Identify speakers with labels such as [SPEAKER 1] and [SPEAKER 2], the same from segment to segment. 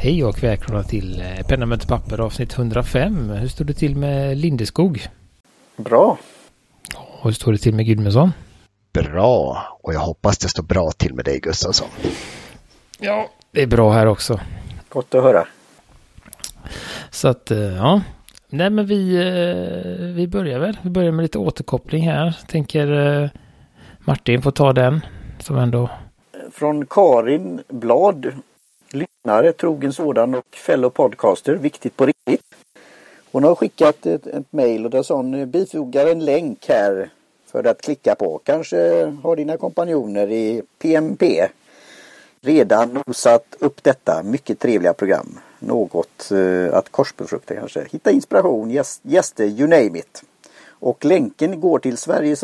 [SPEAKER 1] Hej och välkomna till Penna möter papper avsnitt 105. Hur står det till med Lindeskog?
[SPEAKER 2] Bra.
[SPEAKER 1] Och hur står det till med Gudmundsson?
[SPEAKER 3] Bra. Och jag hoppas det står bra till med dig, Gustafsson.
[SPEAKER 1] Ja, det är bra här också.
[SPEAKER 2] Gott att höra.
[SPEAKER 1] Så att, ja. Nej, men vi börjar väl. Vi börjar med lite återkoppling här. Tänker Martin får ta den som ändå...
[SPEAKER 2] Från Karin Blad, lyssnare, trogen sådan och fellow podcaster, viktigt på riktigt. Hon har skickat ett mejl och där sa hon bifogar en länk här för att klicka på. Kanske har dina kompanjoner i PMP redan nosat upp detta mycket trevliga program. Något att korsbefrukta kanske. Hitta inspiration, gäster, you name it. Och länken går till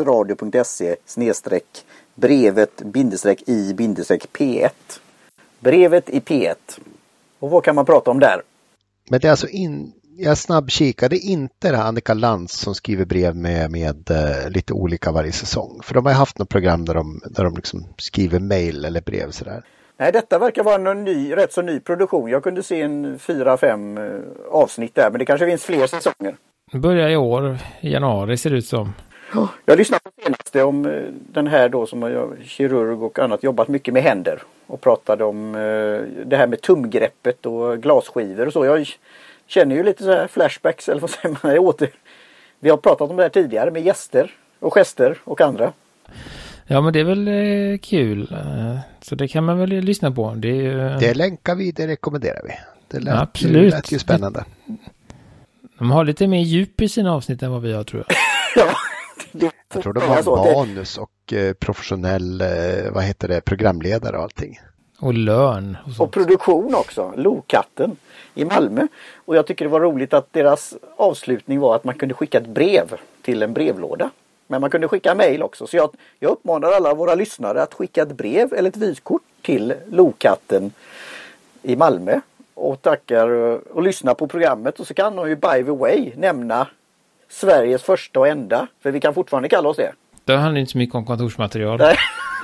[SPEAKER 2] sverigesradio.se/brevet-i-P1. Brevet i P1. Och vad kan man prata om där?
[SPEAKER 3] Men det är alltså jag snabbkikade inte det Annika Lantz som skriver brev med lite olika varje säsong. För de har ju haft något program där de liksom skriver mejl eller brev sådär.
[SPEAKER 2] Nej, detta verkar vara en rätt så ny produktion. Jag kunde se 4-5 avsnitt där, men det kanske finns fler säsonger.
[SPEAKER 1] Det börjar i år, i januari ser det ut som.
[SPEAKER 2] Jag lyssnade på senaste om den här då som har kirurg och annat jobbat mycket med händer. Och pratade om det här med tumgreppet och glasskivor och så. Jag känner ju lite så här flashbacks, eller vad säger man, vi har pratat om det här tidigare med gäster och gester och andra.
[SPEAKER 1] Ja, men det är väl kul. Så det kan man väl lyssna på.
[SPEAKER 3] Det länkar vi, det rekommenderar vi. Det lät ju spännande.
[SPEAKER 1] De har lite mer djup i sina avsnitt än vad vi har, tror jag.
[SPEAKER 2] Ja,
[SPEAKER 3] jag tror de har manus och professionell, programledare och allting.
[SPEAKER 1] Och lön.
[SPEAKER 2] Och produktion också. Lokatten i Malmö. Och jag tycker det var roligt att deras avslutning var att man kunde skicka ett brev till en brevlåda. Men man kunde skicka mejl också. Så jag uppmanar alla våra lyssnare att skicka ett brev eller ett vyskort till Lokatten i Malmö. Och tackar och lyssna på programmet. Och så kan de ju by the way nämna Sveriges första och enda. För vi kan fortfarande kalla oss det.
[SPEAKER 1] Det handlar inte så mycket om kontorsmaterial.
[SPEAKER 2] Nej.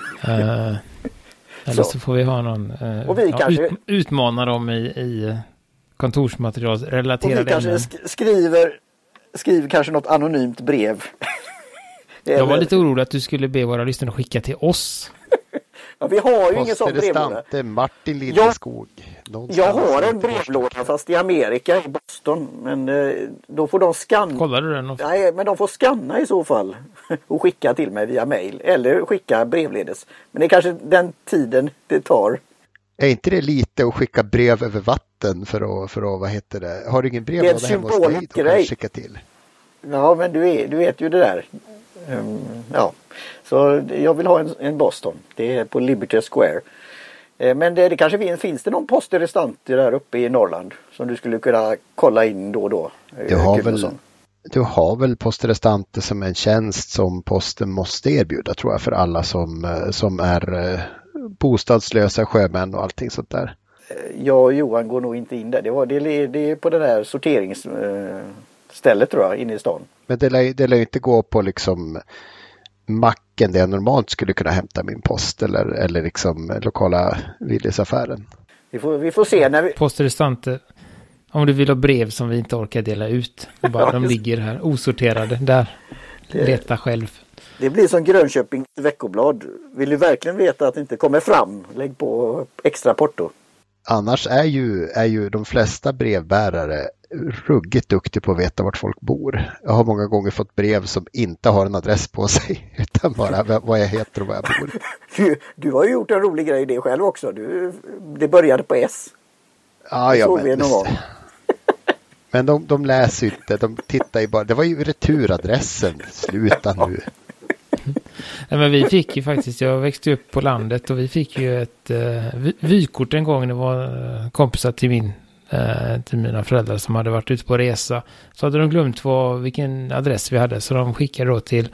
[SPEAKER 1] Eller så får vi ha någon
[SPEAKER 2] och vi kanske
[SPEAKER 1] utmana dem i kontorsmaterialsrelaterade ämnen.
[SPEAKER 2] Och vi kanske skriver kanske något anonymt brev.
[SPEAKER 1] Jag var lite orolig att du skulle be våra lyssnare skicka till oss.
[SPEAKER 2] Ja, vi har ju ingen sån brevlåda.
[SPEAKER 3] Martin Lindeskog.
[SPEAKER 2] Jag har en brevlåda fast i Amerika, i Boston. Men då får de skanna.
[SPEAKER 1] Kollar du den?
[SPEAKER 2] Nej, men de får skanna i så fall. Och skicka till mig via mail. Eller skicka brevledes. Men det är kanske den tiden det tar.
[SPEAKER 3] Är inte det lite att skicka brev över vatten för att vad heter det? Har du ingen brevlåda hemma hos dig då kan du skicka till? Ja, men du vet ju det där. Ja, så jag vill ha en Boston. Det är på Liberty Square. Men det kanske finns det någon post restant där uppe i Norrland som du skulle kunna kolla in då och då? Du har väl posterestanter som en tjänst som posten måste erbjuda, tror jag, för alla som är bostadslösa sjömän och allting sånt där.
[SPEAKER 2] Jag och Johan går nog inte in där. Det är på det där sorteringsstället, tror jag, inne i stan. Men
[SPEAKER 3] det lär ju inte gå på liksom macken där jag normalt skulle kunna hämta min post eller liksom lokala Willys-affären.
[SPEAKER 2] Vi får se när vi...
[SPEAKER 1] Posterestanter, om du vill ha brev som vi inte orkar dela ut. De ligger här osorterade. Där, leta själv.
[SPEAKER 2] Det blir som Grönköpings veckoblad. Vill du verkligen veta att det inte kommer fram? Lägg på extra porto.
[SPEAKER 3] Annars är ju de flesta brevbärare ruggigt duktig på att veta vart folk bor. Jag har många gånger fått brev som inte har en adress på sig utan bara vad jag heter och var jag bor.
[SPEAKER 2] Du har ju gjort en rolig grej det själv också. Det började på S.
[SPEAKER 3] Men de läser inte, de tittar ju bara. Det var ju returadressen. Sluta nu.
[SPEAKER 1] Nej, men vi fick ju faktiskt, jag växte upp på landet och vi fick ju ett vykort en gång när det var kompisar till mina föräldrar som hade varit ute på resa. Så hade de glömt vilken adress vi hade, så de skickade då till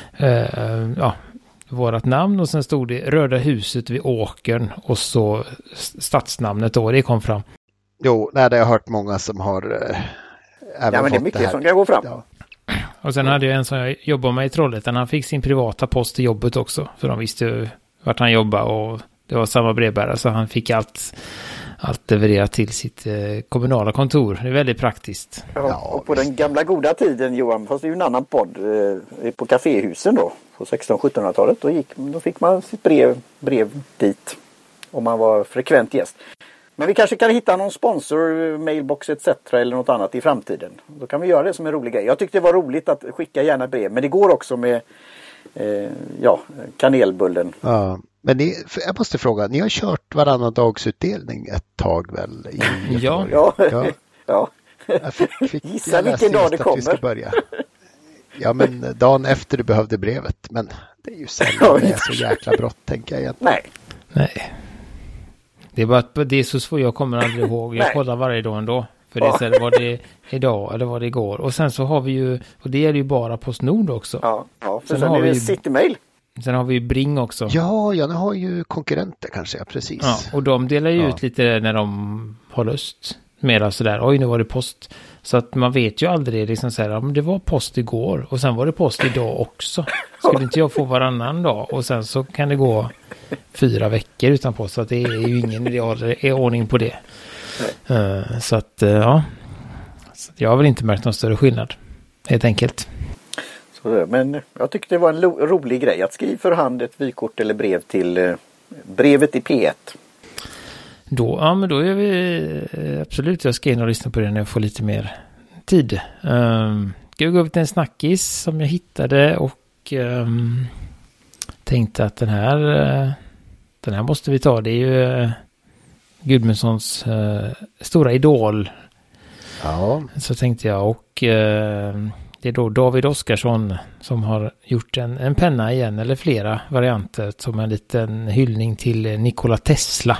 [SPEAKER 1] vårat namn och sen stod det Röda huset vid åkern och så stadsnamnet då, det kom fram.
[SPEAKER 3] Jo, det har jag hört många som har även
[SPEAKER 2] men det är mycket som kan gå fram.
[SPEAKER 3] Ja.
[SPEAKER 1] Och sen hade jag en som jag jobbade med i Trollhättan. Han fick sin privata post i jobbet också. För de visste vart han jobbade och det var samma brevbärare. Så han fick allt levererat till sitt kommunala kontor. Det är väldigt praktiskt.
[SPEAKER 2] Ja, och på den gamla goda tiden, Johan, fast det är ju en annan podd, på kaféhusen då, på 1600-1700-talet, då fick man sitt brev dit om man var frekvent gäst. Men vi kanske kan hitta någon sponsor, mailbox etc. eller något annat i framtiden. Då kan vi göra det som en rolig grej. Jag tyckte det var roligt att skicka gärna brev, men det går också med kanelbullen.
[SPEAKER 3] Ja, men jag måste fråga, ni har kört varannan dagsutdelning ett tag väl?
[SPEAKER 1] Ja.
[SPEAKER 2] Gissa vilken dag det kommer.
[SPEAKER 3] Börja. Ja, men dagen efter du behövde brevet. Men det är ju sällan det är så jäkla brått, tänker jag egentligen.
[SPEAKER 1] Nej. Det är bara att det är så svårt, jag kommer aldrig ihåg. Jag kollar varje dag ändå. För det är var det idag eller var det igår. Och sen så har vi ju, och det är ju bara PostNord också.
[SPEAKER 2] Ja, för sen har vi Citymail.
[SPEAKER 1] Sen har vi ju Bring också.
[SPEAKER 3] Ja, nu har ju konkurrenter kanske, ja, precis.
[SPEAKER 1] Ja, och de delar ju ut lite när de har lust. Mera sådär, oj nu var det post. Så att man vet ju aldrig liksom såhär, men det var post igår. Och sen var det post idag också. Skulle inte jag få varannan dag? Och sen så kan det gå 4 veckor utan post. Så att det är ju ingen ordning på det. Så att ja. Så jag har väl inte märkt någon större skillnad. Helt enkelt.
[SPEAKER 2] Men jag tyckte det var en rolig grej att skriva för hand ett vykort eller brev till brevet i P1.
[SPEAKER 1] Då är vi absolut, jag ska in och lyssna på det när jag får lite mer tid. Ska vi gå upp till en snackis som jag hittade och tänkte att den här måste vi ta. Det är ju Gudmundssons stora idol.
[SPEAKER 3] Ja.
[SPEAKER 1] Så tänkte jag, och det är då David Oskarsson som har gjort en penna igen, eller flera varianter, som en liten hyllning till Nikola Tesla.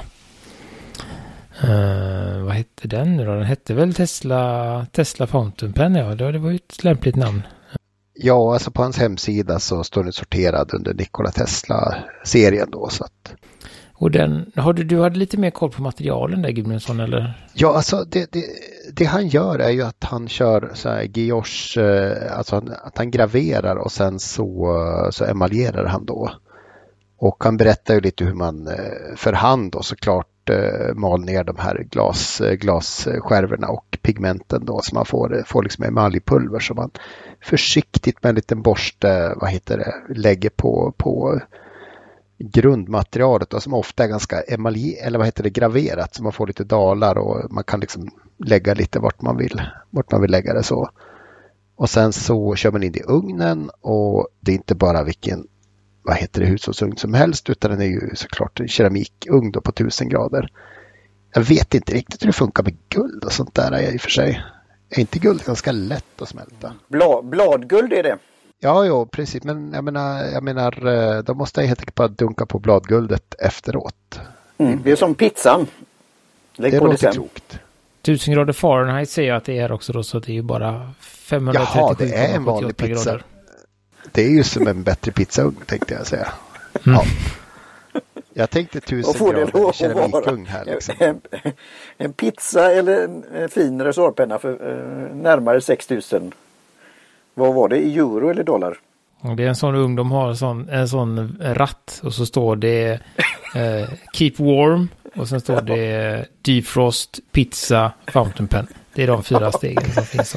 [SPEAKER 1] Vad hette den nu då? Den hette väl Tesla Fountain Pen, ja. Det var ju ett lämpligt namn.
[SPEAKER 3] Ja, alltså på hans hemsida så står den sorterad under Nikola Tesla-serien då, så att... Och
[SPEAKER 1] du hade lite mer koll på materialen där, Gudmundsson, eller?
[SPEAKER 3] Ja, alltså det han gör är ju att han kör så här guilloche, alltså att han graverar och sen så emaljerar han då. Och han berättar ju lite hur man för hand då såklart mal ner de här glasskärvorna och pigmenten då, så man får liksom emaljpulver som man försiktigt med en liten borste, lägger på grundmaterialet då, som ofta är ganska graverat, så man får lite dalar och man kan liksom lägga lite vart man vill lägga det så. Och sen så kör man in i ugnen, och det är inte bara vilken hushållsugn som helst, utan den är ju såklart en keramikugn då på 1000 grader. Jag vet inte riktigt hur det funkar med guld och sånt där i och för sig. Är inte guld ganska lätt att smälta?
[SPEAKER 2] Bladguld är det.
[SPEAKER 3] Ja, precis. Men jag menar, då måste jag helt enkelt bara dunka på bladguldet efteråt.
[SPEAKER 2] Det är som pizzan.
[SPEAKER 3] Lägg det på låter klokt.
[SPEAKER 1] 1000 grader Fahrenheit säger jag att det är också då, så det är ju bara 537,78
[SPEAKER 3] Jaha, det är en vanlig pizza.
[SPEAKER 1] Grader.
[SPEAKER 3] Det är ju som en bättre pizzaugn, tänkte jag säga. Ja. Jag tänkte 1000 grader keramikugn här. Liksom.
[SPEAKER 2] En pizza eller en fin resårpenna för närmare 6000. Vad var det, i euro eller dollar?
[SPEAKER 1] Det är en sån ugn, de har en sån ratt, och så står det keep warm, och sen står det defrost, pizza, fountain pen. Det är de 4 stegen som finns.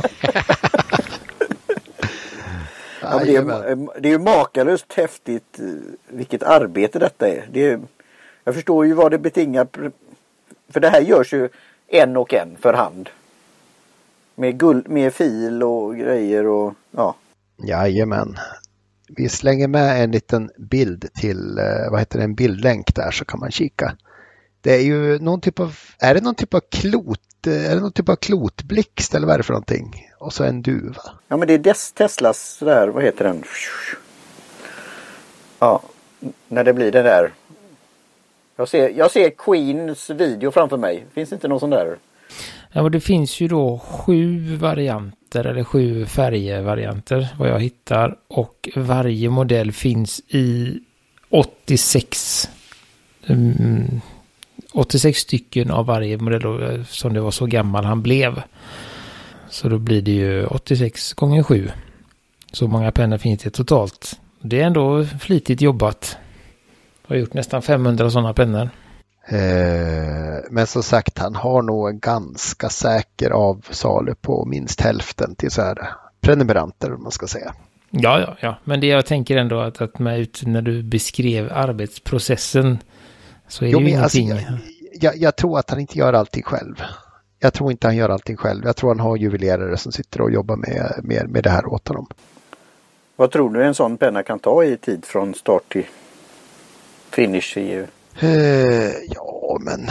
[SPEAKER 2] Ja, det är ju makalöst häftigt vilket arbete detta är. Jag förstår ju vad det betingar, för det här görs ju en och en för hand. Med fil och grejer och ja.
[SPEAKER 3] Jajamän. Vi slänger med en liten bild till, en bildlänk där, så kan man kika. Det är ju någon typ av klotblixt, eller vad är det för någonting? Och så en duva.
[SPEAKER 2] Ja, men det är Teslas där, vad heter den? Ja, när det blir det där. Jag ser Queens video framför mig. Finns inte någon sån där?
[SPEAKER 1] Ja, och det finns ju då 7 varianter, eller 7 färgvarianter vad jag hittar, och varje modell finns i 86 stycken av varje modell, som det var så gammal han blev. Så då blir det ju 86 gånger 7. Så många pennor finns det totalt. Det är ändå flitigt jobbat. Jag har gjort nästan 500 sådana pennor.
[SPEAKER 3] Men som sagt, han har nog en ganska säker avsalu på minst hälften till så här prenumeranter, om man ska säga.
[SPEAKER 1] Ja. Men det jag tänker ändå att när du beskrev arbetsprocessen så är det ju ingenting.
[SPEAKER 3] Alltså, jag tror att han inte gör allting själv. Jag tror inte han gör allting själv. Jag tror han har juvelerare som sitter och jobbar med det här åt honom.
[SPEAKER 2] Vad tror du en sån penna kan ta i tid från start till finish?
[SPEAKER 3] Ja, men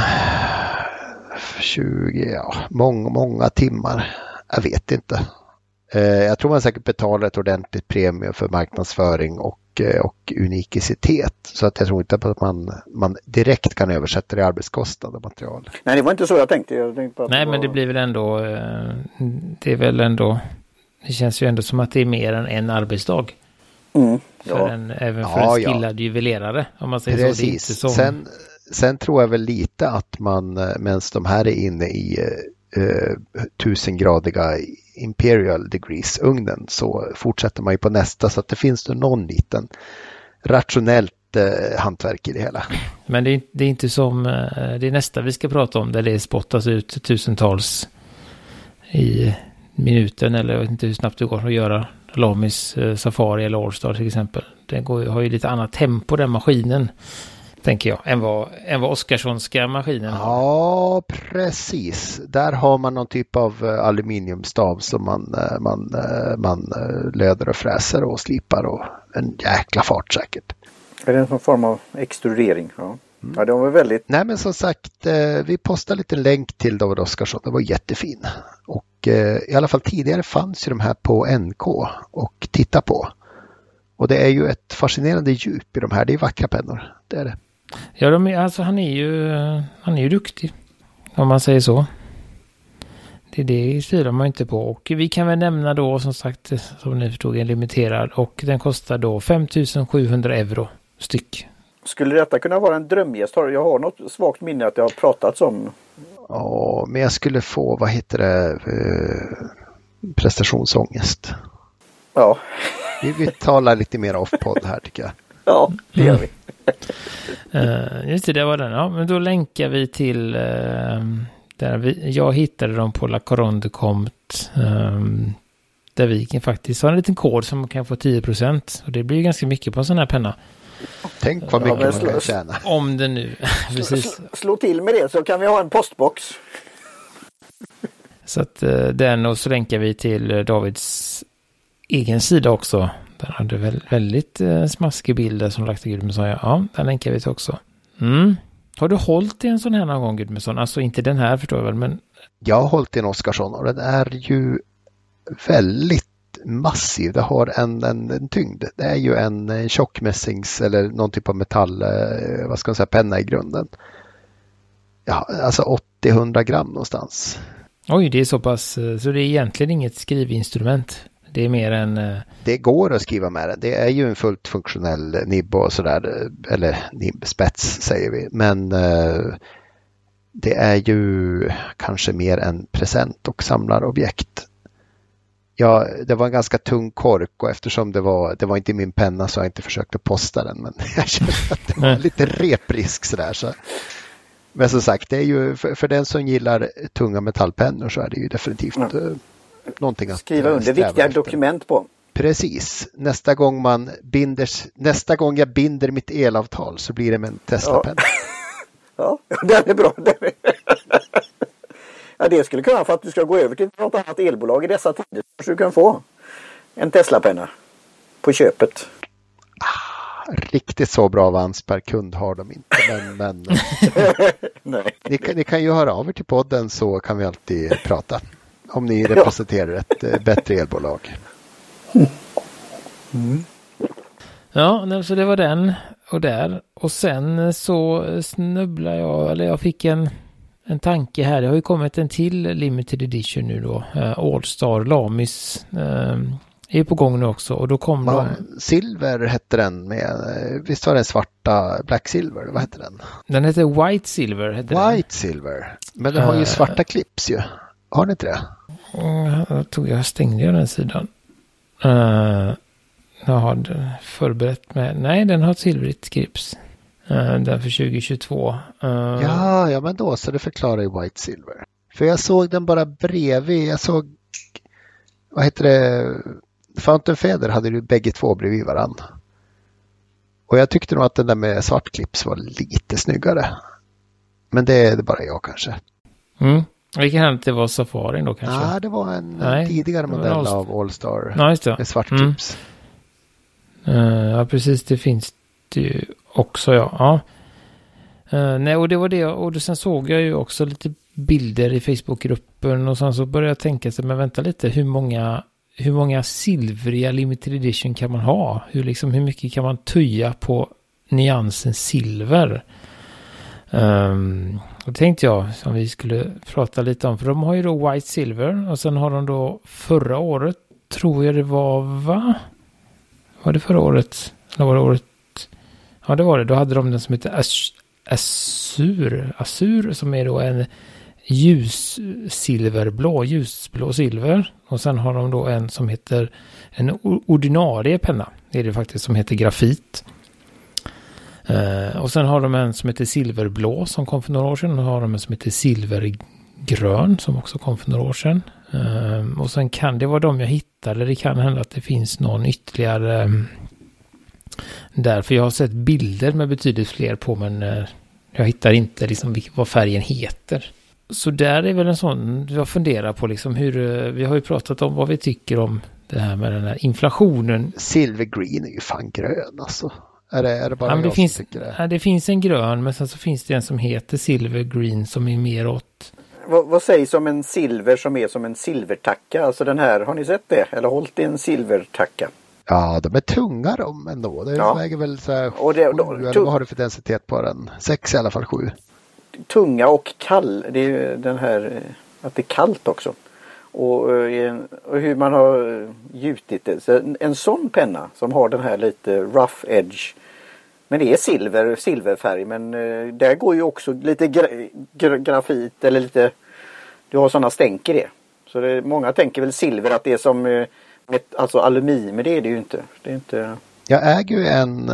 [SPEAKER 3] 20, många timmar. Jag vet inte. Jag tror man säkert betalar ett ordentligt premium för marknadsföring och unikicitet. Så att jag tror inte att man direkt kan översätta det i arbetskostnad och material.
[SPEAKER 2] Nej, det var inte så jag tänkte.
[SPEAKER 1] Nej, men det blir väl ändå... Det känns ju ändå som att det är mer än en arbetsdag. Även för en skillad juvelerare, om man säger.
[SPEAKER 3] Precis.
[SPEAKER 1] Så. Det är inte som...
[SPEAKER 3] Sen tror jag väl lite att man, medan de här är inne i 1000-gradiga Imperial Degrees ugnen, så fortsätter man ju på nästa, så att det finns någon liten rationellt hantverk i det hela.
[SPEAKER 1] Men det är inte som det är nästa vi ska prata om, där det spottas ut tusentals i minuten, eller jag vet inte hur snabbt det går att göra Lamis Safari eller All-Star till exempel. Den har ju lite annat tempo, den maskinen, tänker jag, än vad Oscarssonska maskinen har.
[SPEAKER 3] Ja, precis. Där har man någon typ av aluminiumstav som man löder och fräser och slipar, och en jäkla fart säkert.
[SPEAKER 2] Är det en form av extrudering? Ja. Ja, det var väldigt...
[SPEAKER 3] Nej, men som sagt, vi postade lite länk till David Oscarsson. Det var jättefin. Och i alla fall tidigare fanns ju de här på NK och titta på. Och det är ju ett fascinerande djup i de här. Det är vackra pennor, det är det.
[SPEAKER 1] Ja, alltså han är ju duktig, om man säger så. Det styr man inte på. Och vi kan väl nämna då, som sagt, som ni förstod, en limiterad. Och den kostar då 5 700 euro styck. Skulle
[SPEAKER 2] detta kunna vara en drömgäst? Jag har något svagt minne att jag har pratat om.
[SPEAKER 3] Ja, men jag skulle få, prestationsångest.
[SPEAKER 2] Ja.
[SPEAKER 3] Vi talar lite mer off-podd här, tycker jag.
[SPEAKER 2] Ja, det gör vi.
[SPEAKER 1] Just det var den. Ja, men då länkar vi till där jag hittade dem på La Couronne de Comte, där vi kan faktiskt ha en liten kod som man kan få 10%, och det blir ju ganska mycket på en sån här penna.
[SPEAKER 3] Tänk vad mycket man kan tjäna.
[SPEAKER 1] Om det nu. Precis.
[SPEAKER 2] Slå till med det, så kan vi ha en postbox.
[SPEAKER 1] Så att den, och så länkar vi till Davids egen sida också. Den hade väldigt smaskig bilder som lagt till Gudmundsson. Ja, den länkar vi till också. Har du hållit i en sån här någon gång, Gudmundsson? Alltså inte den här, förstår jag väl, men...
[SPEAKER 3] Jag har hållit i en Oscarsson, och den är ju väldigt massiv. Det har en tyngd. Det är ju en tjockmässings eller någon typ av metall, penna i grunden. Ja, alltså 80-100 gram någonstans.
[SPEAKER 1] Oj, det är så pass, så det är egentligen inget skrivinstrument. Det är mer en...
[SPEAKER 3] Det går att skriva med det. Det är ju en fullt funktionell nibb och sådär, eller nibbspets säger vi. Men det är ju kanske mer en present och samlarobjekt. Ja, det var en ganska tung kork, och eftersom det var inte min penna, så har jag inte försökt att posta den, men jag kände att det var lite reprisk sådär. Så. Men som sagt, det är ju för den som gillar tunga metallpennor, så är det ju definitivt någonting att
[SPEAKER 2] skriva under viktiga dokument på.
[SPEAKER 3] Precis. Nästa gång jag binder mitt elavtal, så blir det med en Tesla-penna.
[SPEAKER 2] Ja, den är bra. Ja, det skulle kunna, för att du ska gå över till något annat elbolag i dessa tider, så du kan få en Tesla-penna på köpet.
[SPEAKER 3] Riktigt så bra avans per kund har de inte, men
[SPEAKER 2] Nej.
[SPEAKER 3] Ni kan ju höra av er till podden, så kan vi alltid prata om ni representerar ett bättre elbolag.
[SPEAKER 1] Ja, så det var den och där. Och sen så snubblade jag fick en tanke här. Det har ju kommit en till limited edition nu då. All-Star Lamis är ju på gång nu också. Och då kom
[SPEAKER 3] Silver hette den med, visst var den svarta, Black Silver, vad hette den?
[SPEAKER 1] Den heter White Silver.
[SPEAKER 3] Silver, men den har ju svarta clips ju. Har ni inte det?
[SPEAKER 1] Jag stängde den sidan. Jag har förberett med... Nej, den har silvrigt clips. Den för 2022.
[SPEAKER 3] Ja, men då så det förklarar ju White Silver. För jag såg den bara bredvid. Jag såg, vad heter det? Fountain Feather hade ju bägge två bredvid varandra. Och jag tyckte nog att den där med svartklips var lite snyggare. Men det är bara jag kanske.
[SPEAKER 1] Det kan hända att det var Safarin då kanske.
[SPEAKER 3] Ja, det var en tidigare modell av All-Star med svartklips.
[SPEAKER 1] Ja, precis. Det finns det ju också, ja. Nej, och det var det. Och sen såg jag ju också lite bilder i Facebookgruppen och sen så började jag tänka sig, men vänta lite, hur många silvriga limited edition kan man ha? Hur mycket kan man töja på nyansen silver? Och tänkte jag som vi skulle prata lite om, för de har ju då White Silver och sen har de då förra året, tror jag det var, var det förra året? Eller var det året? Ja, det var det. Då hade de den som heter Azur som är då en ljusblå silver. Och sen har de då en som heter en ordinarie penna. Det är det faktiskt, som heter grafit. Och sen har de en som heter silverblå som kom för några år sedan. Och har de en som heter silvergrön som också kom för några år sedan. Och sen kan det vara de jag hittar, eller det kan hända att det finns någon ytterligare därför jag har sett bilder med betydligt fler på, men jag hittar inte liksom vad färgen heter. Så där är väl en sån jag funderar på liksom hur, vi har ju pratat om vad vi tycker om det här med den här inflationen.
[SPEAKER 3] Silvergreen är ju fan grön alltså. Är det bara jag som tycker det?
[SPEAKER 1] Ja, det finns en grön, men sen så finns det en som heter silvergreen som är mer åt.
[SPEAKER 2] Vad sägs om en silver som är som en silvertacka? Alltså den här, har ni sett det? Eller hållit i en silvertacka?
[SPEAKER 3] Ja, de är tunga de ändå. Det väger väl så här 7, eller vad har du för densitet på den? 6 i alla fall, 7.
[SPEAKER 2] Tunga och kall. Det är ju den här, att det är kallt också. Och hur man har gjutit det. Så en sån penna som har den här lite rough edge. Men det är silverfärg. Men där går ju också lite grafit eller lite, du har sådana stänk i det. Så många tänker väl silver att det är som alltså aluminium, men det är det ju inte. Det är inte.
[SPEAKER 3] Jag äger ju en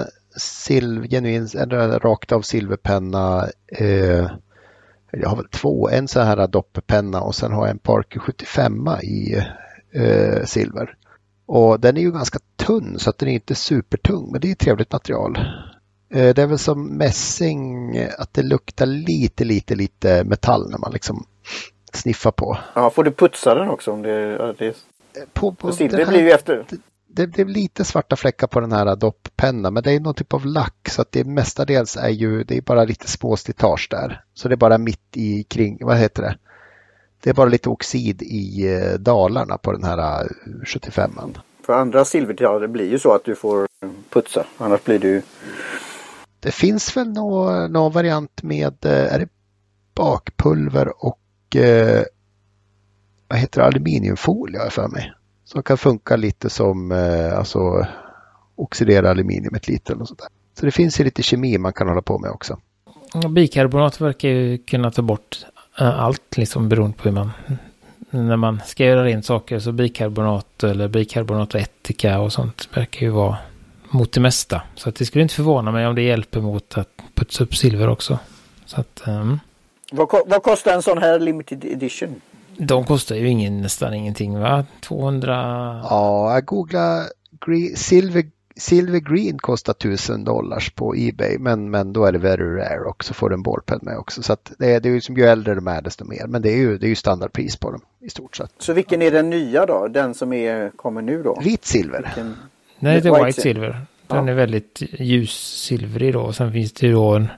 [SPEAKER 3] rakt av silverpenna. Jag har väl 2. En så här dopppenna och sen har jag en Parker 75 i silver. Och den är ju ganska tunn så att den är inte supertung, men det är ett trevligt material. Det är väl som mässing att det luktar lite metall när man liksom sniffar på. Ja,
[SPEAKER 2] får du putsa den också om det
[SPEAKER 3] på
[SPEAKER 2] silver blir ju efter.
[SPEAKER 3] Det är lite svarta fläckar på den här dopppennan, men det är någon typ av lack så att det mestadels är ju, det är bara lite små slitage där. Så det är bara mitt i kring, vad heter det? Det är bara lite oxid i dalarna på den här 75an.
[SPEAKER 2] För andra silvertillare blir ju så att du får putsa, annars blir du.
[SPEAKER 3] Det finns väl någon variant med, är det bakpulver och vad heter det, aluminiumfolie för mig. Som kan funka lite som alltså oxidera aluminiumet lite eller sånt där. Så det finns ju lite kemi man kan hålla på med också.
[SPEAKER 1] Bikarbonat verkar ju kunna ta bort allt liksom beroende på hur man, när man ska göra rent saker, så bikarbonat eller bikarbonat och ättika och sånt verkar ju vara mot det mesta. Så att det skulle inte förvåna mig om det hjälper mot att putsa upp silver också. Så att,
[SPEAKER 2] Vad kostar en sån här limited edition?
[SPEAKER 1] De kostar ju nästan ingenting, va? 200.
[SPEAKER 3] Ja, jag googlade Silver Green kostar $1,000 på eBay, men då är det very rare och så får du en ballpen med också. Så att det är ju som ju äldre de är desto mer, men det är ju standardpris på dem i stort sett.
[SPEAKER 2] Så vilken är den nya då? Den som kommer nu då?
[SPEAKER 3] Vit silver.
[SPEAKER 1] Nej, det är White Silver. Den är väldigt ljussilvrig då. Och sen finns det ju då en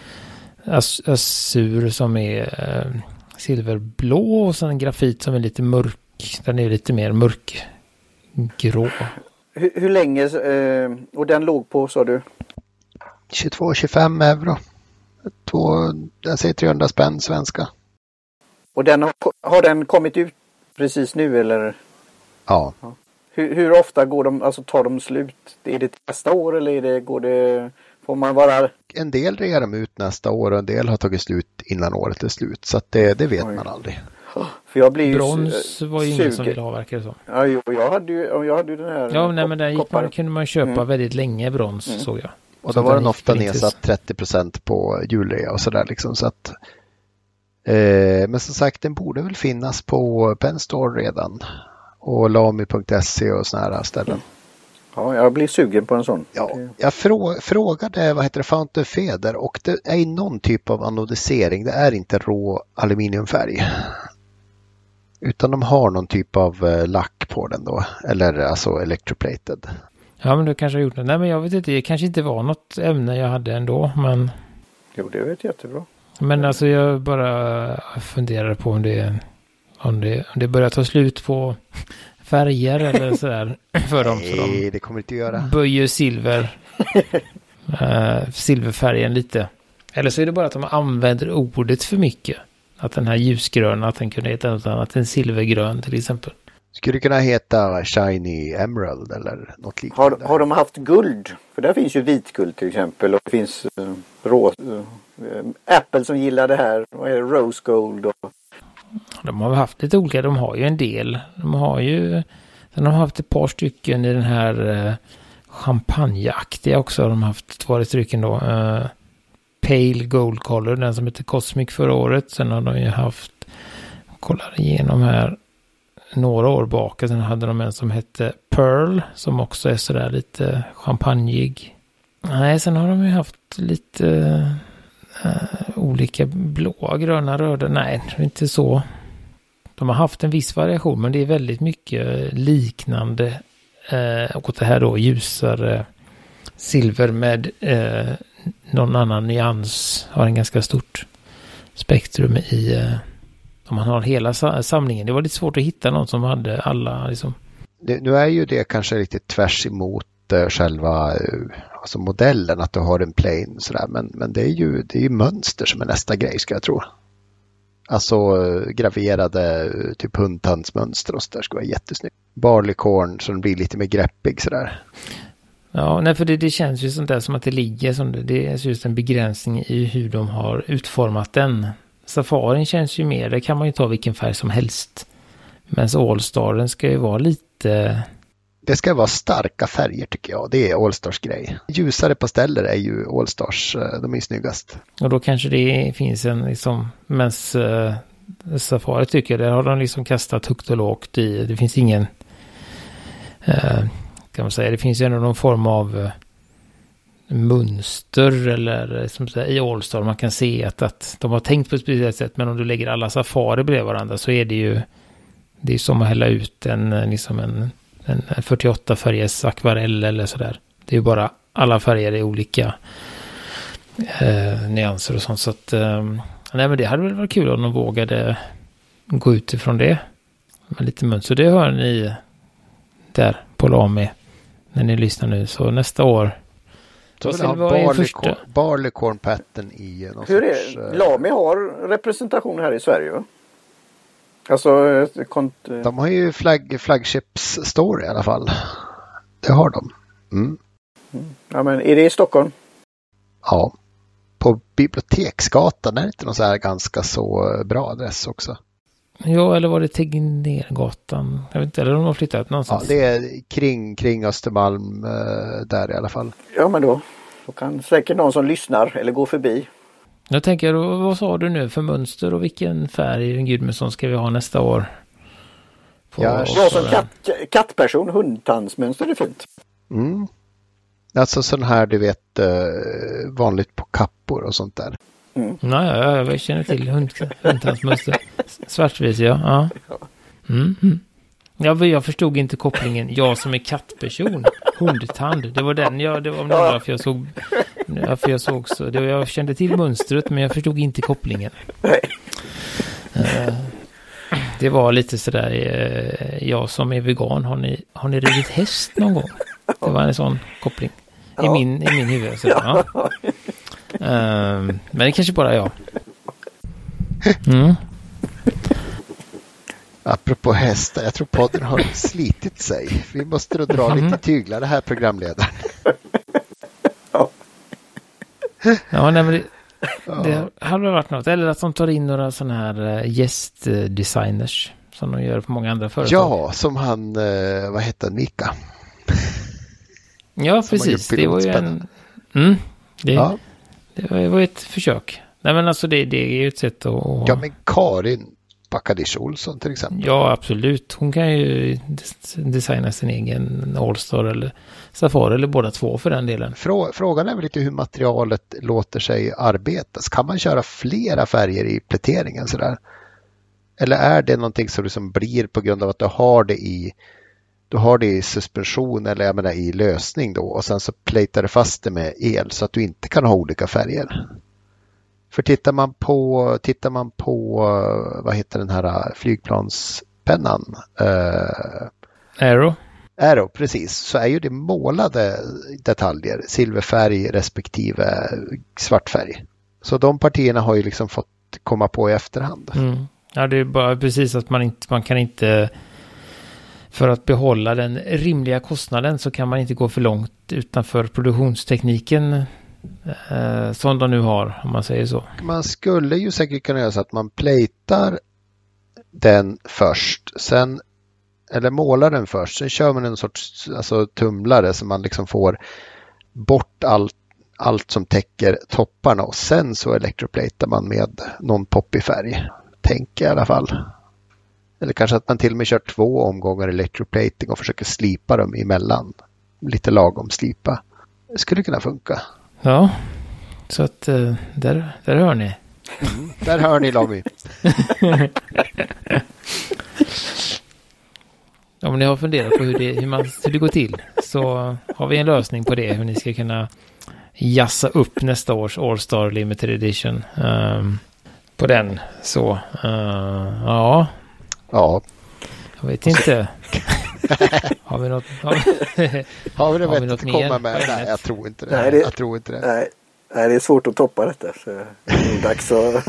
[SPEAKER 1] Azur som är silverblå och sen en grafit som är lite mörk. Den är lite mer mörkgrå.
[SPEAKER 2] Hur länge, och den låg på, sa du?
[SPEAKER 3] 22-25 euro. Jag säger 300 spänn svenska.
[SPEAKER 2] Och har den kommit ut precis nu eller?
[SPEAKER 3] Ja.
[SPEAKER 2] Hur ofta tar de slut? Är det nästa år eller får man vara?
[SPEAKER 3] En del rear de ut nästa år och en del har tagit slut innan året är slut. Så att det vet man aldrig.
[SPEAKER 2] För jag blir
[SPEAKER 1] brons var ju ingen som ville ha, verkar det så.
[SPEAKER 2] Ja, jag hade ju den här.
[SPEAKER 1] Ja, nej, men där kunde man köpa väldigt länge brons, såg jag.
[SPEAKER 3] Och då var den ofta nedsatt 30% på julrea och sådär liksom. Så att, men som sagt, den borde väl finnas på Penn Store redan. Och lami.se och sådana här ställen.
[SPEAKER 2] Ja, jag blir sugen på en sån.
[SPEAKER 3] Ja, jag frågade Fountain Feather och det är någon typ av anodisering. Det är inte rå aluminiumfärg. Utan de har någon typ av lack på den då. Eller alltså electroplated.
[SPEAKER 1] Ja, men du kanske har gjort det. Nej, men jag vet inte. Det kanske inte var något ämne jag hade ändå. Men...
[SPEAKER 2] Jo, det vet jättebra.
[SPEAKER 1] Men alltså jag bara funderar på om det börjar ta slut på färger eller sådär för dem.
[SPEAKER 3] Nej, det kommer inte göra.
[SPEAKER 1] Böjer silverfärgen lite. Eller så är det bara att de använder ordet för mycket. Att den här ljusgröna, att den kunde heta något annat än silvergrön till exempel.
[SPEAKER 3] Skulle det kunna heta Shiny Emerald eller något liknande?
[SPEAKER 2] Har de haft guld? För där finns ju vitguld till exempel. Och det finns Apple som gillar det här. Vad är det? Rose Gold.
[SPEAKER 1] De har haft lite olika. De har ju en del. De har haft ett par stycken i den här champagneaktiga också. De har haft 2 stycken då. Pale Gold Color, den som heter Cosmic förra året. Sen har de ju haft, kollar igenom här, några år bak. Sen hade de en som hette Pearl, som också är sådär lite champagneig. Nej, sen har de ju haft lite olika blåa, gröna, röda. Nej, inte så. De har haft en viss variation, men det är väldigt mycket liknande. Och det här då ljusare silver med någon annan nyans, har en ganska stort spektrum i om man har hela samlingen. Det var lite svårt att hitta någon som hade alla liksom.
[SPEAKER 3] Nu är ju det kanske riktigt tvärs emot själva alltså modellen, att du har en plain sådär, men det är ju mönster som är nästa grej, ska jag tro. Alltså graverade typ hundtandsmönster och så där ska vara jättesnyggt. Barleycorn så den blir lite mer greppig sådär.
[SPEAKER 1] Ja, nej, för det känns ju sånt där som att det ligger som det är just en begränsning i hur de har utformat den. Safarin känns ju mer, det kan man ju ta vilken färg som helst. Men så All-Staren ska ju vara lite...
[SPEAKER 3] Det ska vara starka färger tycker jag, det är All-Stars grej. Ljusare pasteller är ju All-Stars, de är snygast.
[SPEAKER 1] Och då kanske det finns en liksom, men Safari tycker jag, där har de liksom kastat högt och lågt i, det finns ingen... kan man säga. Det finns ju ändå någon form av mönster eller som säger, i All-Star man kan se att de har tänkt på ett speciellt sätt, men om du lägger alla Safari bredvid varandra så är det är som att hälla ut en 48 färgers akvarell eller sådär. Det är ju bara alla färger är olika nyanser och sånt, så att nej, men det hade väl varit kul om de vågade gå ut ifrån det med lite mönster. Det hör ni där på Lami när ni lyssnar nu, så nästa år
[SPEAKER 3] då vill jag ha Barleycorn pattern i någon
[SPEAKER 2] hur sorts... Lami har representation här i Sverige, va? Alltså
[SPEAKER 3] de har ju flagships store i alla fall. Det har de.
[SPEAKER 2] Ja, men är det i Stockholm?
[SPEAKER 3] Ja. På Biblioteksgatan är det inte någon så här ganska så bra adress också.
[SPEAKER 1] Ja, eller var det Tegnérgatan? Jag vet inte, eller de har flyttat någonstans.
[SPEAKER 3] Ja, det är kring Östermalm där i alla fall.
[SPEAKER 2] Ja, men då kan säkert någon som lyssnar eller går förbi.
[SPEAKER 1] Jag tänker, vad sa du nu för mönster och vilken färg, Gudmundsson, ska vi ha nästa år?
[SPEAKER 2] Jag som kattperson, hundtandsmönster är fint.
[SPEAKER 3] Alltså sån här, du vet, vanligt på kappor och sånt där.
[SPEAKER 1] Nej, jag känner till hundtandsmönster. Svartvis, ja. Jag förstod inte kopplingen. Jag som är kattperson. Hundtand. Det var den det var varför jag såg. Varför jag såg så. Jag kände till mönstret, men jag förstod inte kopplingen. Det var lite sådär. Jag som är vegan. Har ni ridit häst någon gång? Det var en sån koppling. I min huvud. Så, ja. Men det kanske bara jag.
[SPEAKER 3] Apropå hästar, jag tror podden har slitit sig. Vi måste då dra lite tyglar, det här programledaren.
[SPEAKER 1] Ja, nej, men det hade varit något. Eller att de tar in några sådana här gästdesigners som de gör på många andra företag.
[SPEAKER 3] Ja, som han, vad heter Mika?
[SPEAKER 1] Ja, precis. Det var ju Det var ett försök. Nej, men alltså det är ju ett sätt att...
[SPEAKER 3] Ja, men Karin Bakadish Olsson till exempel.
[SPEAKER 1] Ja, absolut. Hon kan ju designa sin egen All-Star eller Safari eller båda två för den delen.
[SPEAKER 3] Frågan är väl lite hur materialet låter sig arbetas. Kan man köra flera färger i pläteringen sådär? Eller är det någonting som liksom blir på grund av att du har det i suspension eller jag menar i lösning då och sen så plejtar du fast det med el så att du inte kan ha olika färger? För tittar man på vad heter den här flygplanspennan? Aero, precis. Så är ju det målade detaljer, silverfärg respektive svartfärg. Så de partierna har ju liksom fått komma på i efterhand.
[SPEAKER 1] Ja, det är bara precis att man kan inte, för att behålla den rimliga kostnaden så kan man inte gå för långt utanför produktionstekniken som de nu har, om man säger så. Man
[SPEAKER 3] skulle ju säkert kunna göra så att man plejtar den först, sen eller målar den först, sen kör man en sorts tumlare så man liksom får bort allt som täcker topparna och sen så elektroplatar man med någon poppig färg, tänker jag i alla fall. Eller kanske att man till och med kör 2 omgångar electroplating och försöker slipa dem emellan. Lite lagom slipa. Det skulle kunna funka.
[SPEAKER 1] Ja, så att där hör ni.
[SPEAKER 3] Där hör ni, Lami.
[SPEAKER 1] Om ni har funderat på hur det går till så har vi en lösning på det. Hur ni ska kunna jassa upp nästa års All-Star Limited Edition på den. Så ja. Jag vet inte. Har vi något
[SPEAKER 3] att komma med? Nej, jag tror inte det.
[SPEAKER 2] Nej, det är svårt att toppa detta. Så det är dags att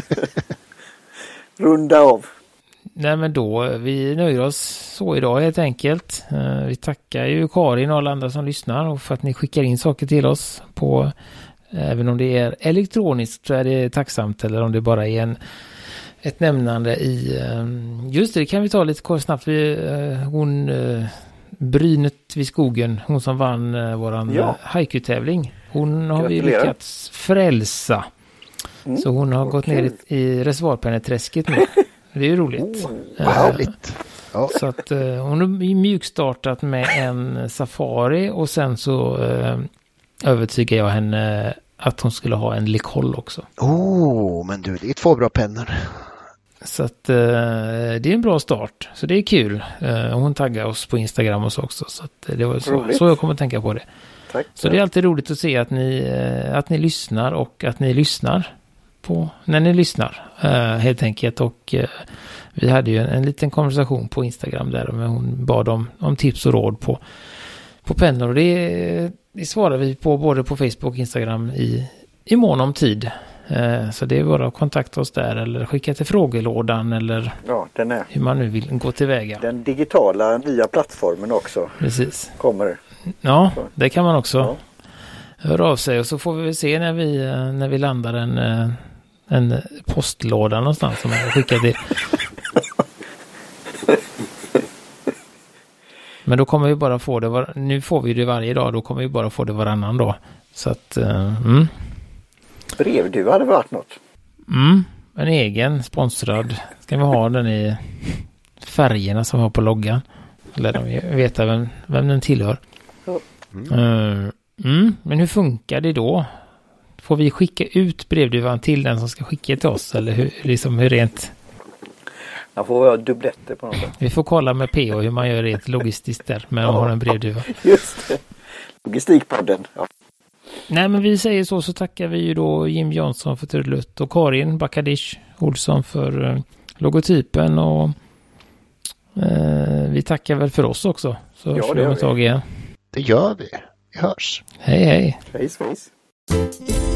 [SPEAKER 2] runda av.
[SPEAKER 1] Nej, men då, vi nöjer oss så idag helt enkelt. Vi tackar ju Karin och alla andra som lyssnar och för att ni skickar in saker till oss på, även om det är elektroniskt så är det tacksamt, eller om det bara är ett nämnande i, just det kan vi ta lite kort snabbt. Hon Brynet vid skogen, hon som vann våran haiku-tävling. Hon har vi lyckats frälsa. Så hon har gått ner i reservoarpenneträsket nu. Det är ju roligt. Så att hon har mjukstartat med en Safari och sen så övertygar jag henne att hon skulle ha en Likol också.
[SPEAKER 3] Men du, det är 2 bra pennor.
[SPEAKER 1] Så att det är en bra start. Så det är kul. Hon taggar oss på Instagram och så också. Så att det var så jag kommer att tänka på det.
[SPEAKER 2] Tack.
[SPEAKER 1] Så det är alltid roligt att se att ni lyssnar och att ni lyssnar på när ni lyssnar helt enkelt. Och vi hade ju en liten konversation på Instagram där men hon bad om tips och råd på pennor. Och det svarar vi på både på Facebook och Instagram i mån om tid. Så det är bara att kontakta oss där eller skicka till frågelådan eller hur man nu vill gå tillväga.
[SPEAKER 2] Den digitala nya plattformen också.
[SPEAKER 1] Precis.
[SPEAKER 2] Kommer.
[SPEAKER 1] Ja, det kan man också höra av sig och så får vi väl se när vi landar en postlåda någonstans som man skickar till. Men då kommer vi bara få det nu får vi det varje dag, då kommer vi bara få det varannan dag. Så att
[SPEAKER 2] Brevduva hade varit något.
[SPEAKER 1] En egen sponsrad. Ska vi ha den i färgerna som vi har på loggan. Eller de veta vem den tillhör. Men hur funkar det då? Får vi skicka ut brevduvan till den som ska skicka till oss? Eller hur rent?
[SPEAKER 2] Man får ha dubbletter på något sätt.
[SPEAKER 1] Vi får kolla med PO hur man gör rent logistiskt där. Men man har en brevduva.
[SPEAKER 2] Just det. Logistikpodden. Ja.
[SPEAKER 1] Nej, men vi säger så tackar vi ju då Jim Johnson för trudelutt och Karin Bakadish Olsson för logotypen och vi tackar väl för oss också. Så
[SPEAKER 2] ja, det gör vi.
[SPEAKER 3] Det gör vi. Vi hörs.
[SPEAKER 1] Hej.
[SPEAKER 2] Hej.